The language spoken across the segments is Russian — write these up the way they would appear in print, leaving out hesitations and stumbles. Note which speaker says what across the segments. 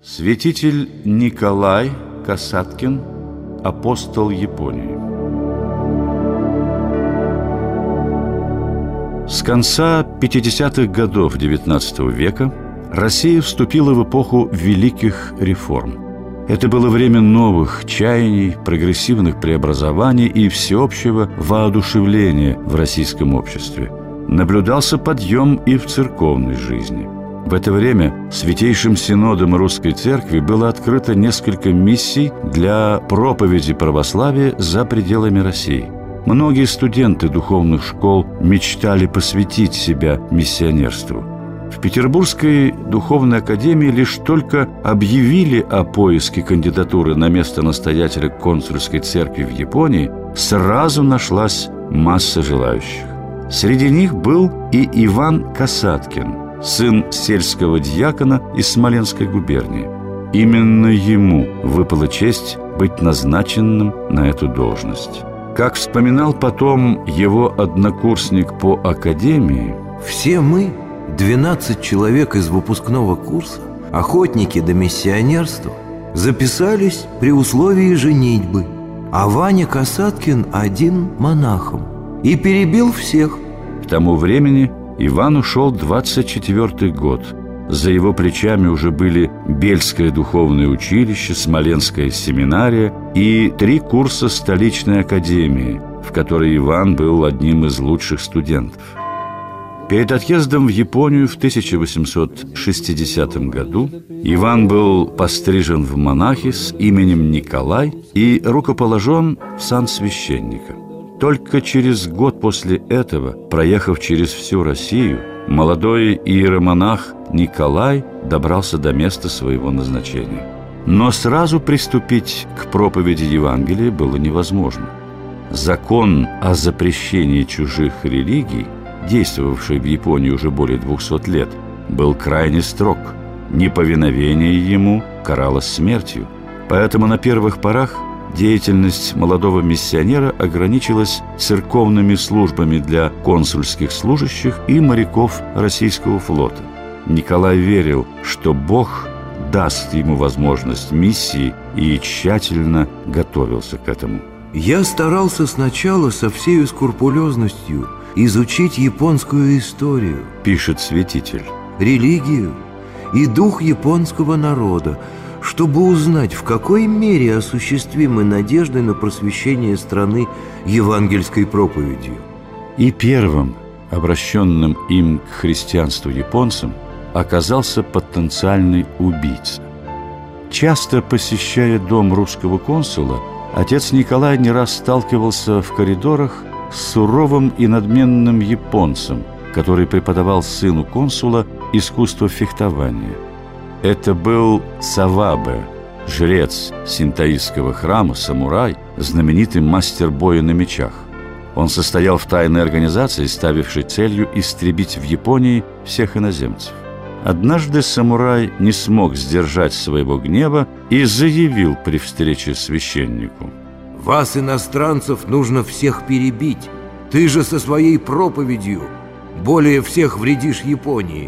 Speaker 1: Святитель Николай Касаткин, апостол Японии. С конца 50-х годов XIX века Россия вступила в эпоху великих реформ. Это было время новых чаяний, прогрессивных преобразований и всеобщего воодушевления в российском обществе. Наблюдался подъем и в церковной жизни. В это время Святейшим Синодом Русской Церкви было открыто несколько миссий для проповеди православия за пределами России. Многие студенты духовных школ мечтали посвятить себя миссионерству. В Петербургской духовной академии лишь только объявили о поиске кандидатуры на место настоятеля консульской церкви в Японии, сразу нашлась масса желающих. Среди них был и Иван Касаткин, сын сельского дьякона из Смоленской губернии. Именно ему выпала честь быть назначенным на эту должность. Как вспоминал потом его однокурсник по академии:
Speaker 2: «Все мы, 12 человек из выпускного курса, охотники до миссионерства, записались при условии женитьбы, а Ваня Касаткин один монахом и перебил всех».
Speaker 1: К тому времени Ивану шел 24-й год. За его плечами уже были Бельское духовное училище, Смоленская семинария и 3 курса столичной академии, в которой Иван был одним из лучших студентов. Перед отъездом в Японию в 1860 году Иван был пострижен в монахи с именем Николай и рукоположен в сан священника. Только через год после этого, проехав через всю Россию, молодой иеромонах Николай добрался до места своего назначения. Но сразу приступить к проповеди Евангелия было невозможно. Закон о запрещении чужих религий, действовавший в Японии уже более 200 лет, был крайне строг. Неповиновение ему каралось смертью. Поэтому на первых порах деятельность молодого миссионера ограничилась церковными службами для консульских служащих и моряков российского флота. Николай верил, что Бог даст ему возможность миссии, и тщательно готовился к этому.
Speaker 2: «Я старался сначала со всей скрупулезностью изучить японскую историю», — пишет святитель, «религию и дух японского народа, чтобы узнать, в какой мере осуществимы надежды на просвещение страны евангельской проповедью».
Speaker 1: И первым, обращенным им к христианству японцам, оказался потенциальный убийца. Часто посещая дом русского консула, отец Николай не раз сталкивался в коридорах с суровым и надменным японцем, который преподавал сыну консула искусство фехтования. Это был Савабе, жрец синтоистского храма, самурай, знаменитый мастер боя на мечах. Он состоял в тайной организации, ставившей целью истребить в Японии всех иноземцев. Однажды самурай не смог сдержать своего гнева и заявил при встрече священнику:
Speaker 2: «Вас, иностранцев, нужно всех перебить. Ты же со своей проповедью более всех вредишь Японии».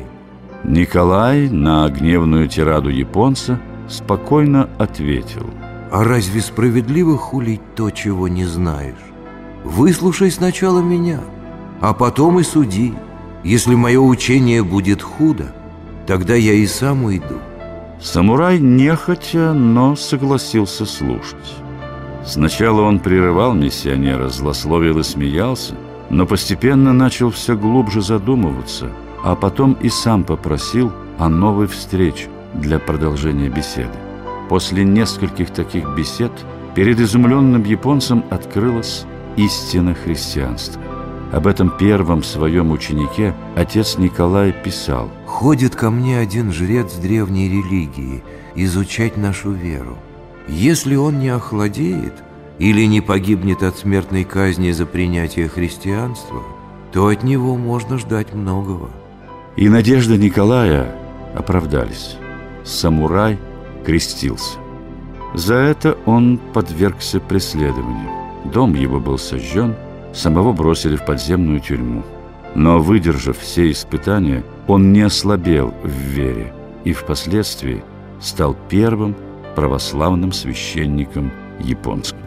Speaker 1: Николай на гневную тираду японца спокойно ответил:
Speaker 2: «А разве справедливо хулить то, чего не знаешь? Выслушай сначала меня, а потом и суди. Если мое учение будет худо, тогда я и сам уйду».
Speaker 1: Самурай нехотя, но согласился слушать. Сначала он прерывал миссионера, злословил и смеялся, но постепенно начал все глубже задумываться, а потом и сам попросил о новой встрече для продолжения беседы. После нескольких таких бесед перед изумленным японцем открылась истина христианства. Об этом первом своем ученике отец Николай писал:
Speaker 2: «Ходит ко мне один жрец древней религии изучать нашу веру. Если он не охладеет или не погибнет от смертной казни за принятие христианства, то от него можно ждать многого».
Speaker 1: И надежды Николая оправдались. Самурай крестился. За это он подвергся преследованию. Дом его был сожжен, самого бросили в подземную тюрьму. Но, выдержав все испытания, он не ослабел в вере и впоследствии стал первым православным священником японским.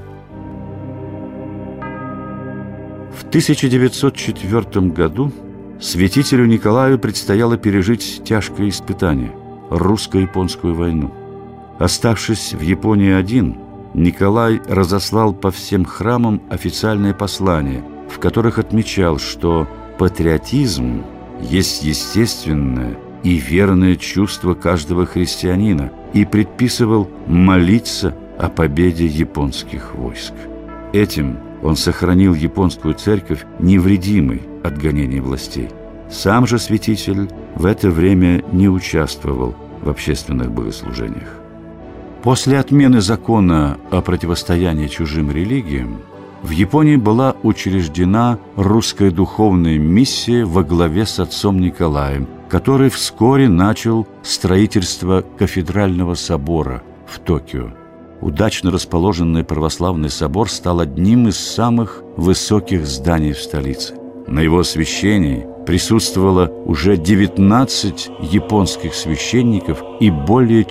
Speaker 1: В 1904 году святителю Николаю предстояло пережить тяжкое испытание – русско-японскую войну. Оставшись в Японии один, Николай разослал по всем храмам официальные послания, в которых отмечал, что патриотизм есть естественное и верное чувство каждого христианина, и предписывал молиться о победе японских войск. Этим он сохранил японскую церковь невредимой от гонений властей. Сам же святитель в это время не участвовал в общественных богослужениях. После отмены закона о противостоянии чужим религиям в Японии была учреждена русская духовная миссия во главе с отцом Николаем, который вскоре начал строительство кафедрального собора в Токио. Удачно расположенный православный собор стал одним из самых высоких зданий в столице. На его освящении присутствовало уже 19 японских священников и более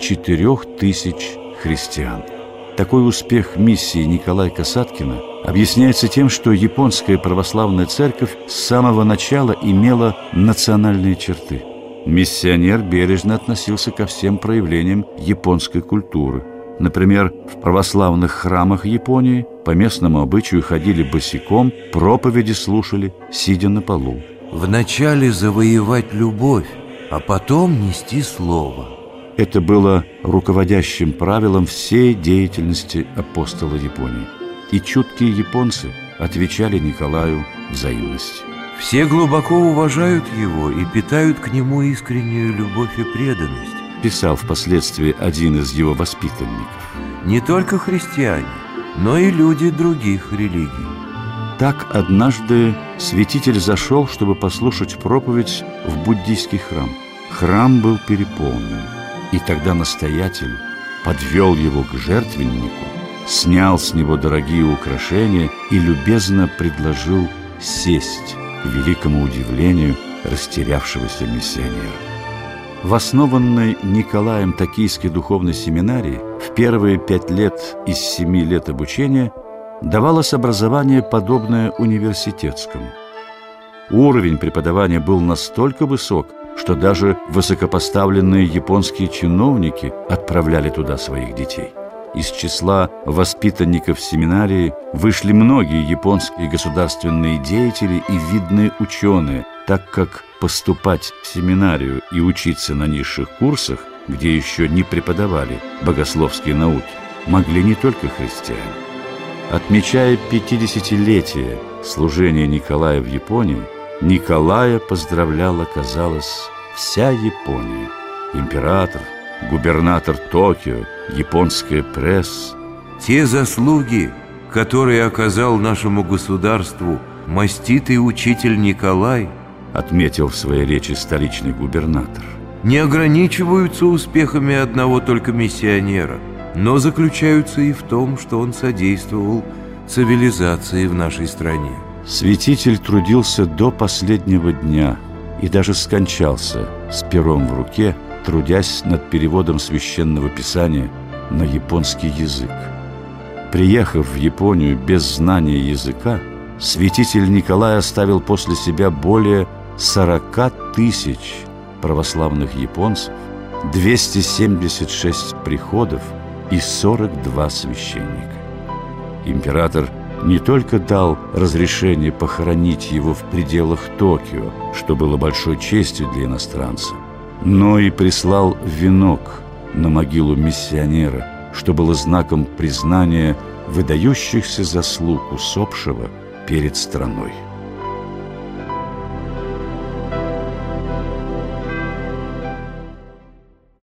Speaker 1: 4000 христиан. Такой успех миссии Николая Касаткина объясняется тем, что японская православная церковь с самого начала имела национальные черты. Миссионер бережно относился ко всем проявлениям японской культуры. Например, в православных храмах Японии по местному обычаю ходили босиком, проповеди слушали, сидя на полу.
Speaker 2: Вначале завоевать любовь, а потом нести слово.
Speaker 1: Это было руководящим правилом всей деятельности апостола Японии. И чуткие японцы отвечали Николаю взаимностью.
Speaker 2: Все глубоко уважают его и питают к нему искреннюю любовь и преданность,
Speaker 1: писал впоследствии один из его воспитанников.
Speaker 2: Не только христиане, но и люди других религий.
Speaker 1: Так однажды святитель зашел, чтобы послушать проповедь в буддийский храм. Храм был переполнен, и тогда настоятель подвел его к жертвеннику, снял с него дорогие украшения и любезно предложил сесть, к великому удивлению растерявшегося миссионера. В основанной Николаем Токийской духовной семинарии в первые 5 лет из 7 лет обучения давалось образование, подобное университетскому. Уровень преподавания был настолько высок, что даже высокопоставленные японские чиновники отправляли туда своих детей. Из числа воспитанников семинарии вышли многие японские государственные деятели и видные ученые, так как поступать в семинарию и учиться на низших курсах, где еще не преподавали богословские науки, могли не только христиане. Отмечая 50-летие служения Николая в Японии, Николая поздравляла, казалось, вся Япония. Император, губернатор Токио, японская пресса.
Speaker 2: Те заслуги, которые оказал нашему государству маститый учитель Николай,
Speaker 1: отметил в своей речи столичный губернатор,
Speaker 2: не ограничиваются успехами одного только миссионера, но заключаются и в том, что он содействовал цивилизации в нашей стране.
Speaker 1: Святитель трудился до последнего дня и даже скончался с пером в руке, трудясь над переводом священного писания на японский язык. Приехав в Японию без знания языка, святитель Николай оставил после себя более 40 тысяч православных японцев, 276 приходов и 42 священника. Император не только дал разрешение похоронить его в пределах Токио, что было большой честью для иностранца, но и прислал венок на могилу миссионера, что было знаком признания выдающихся заслуг усопшего перед страной.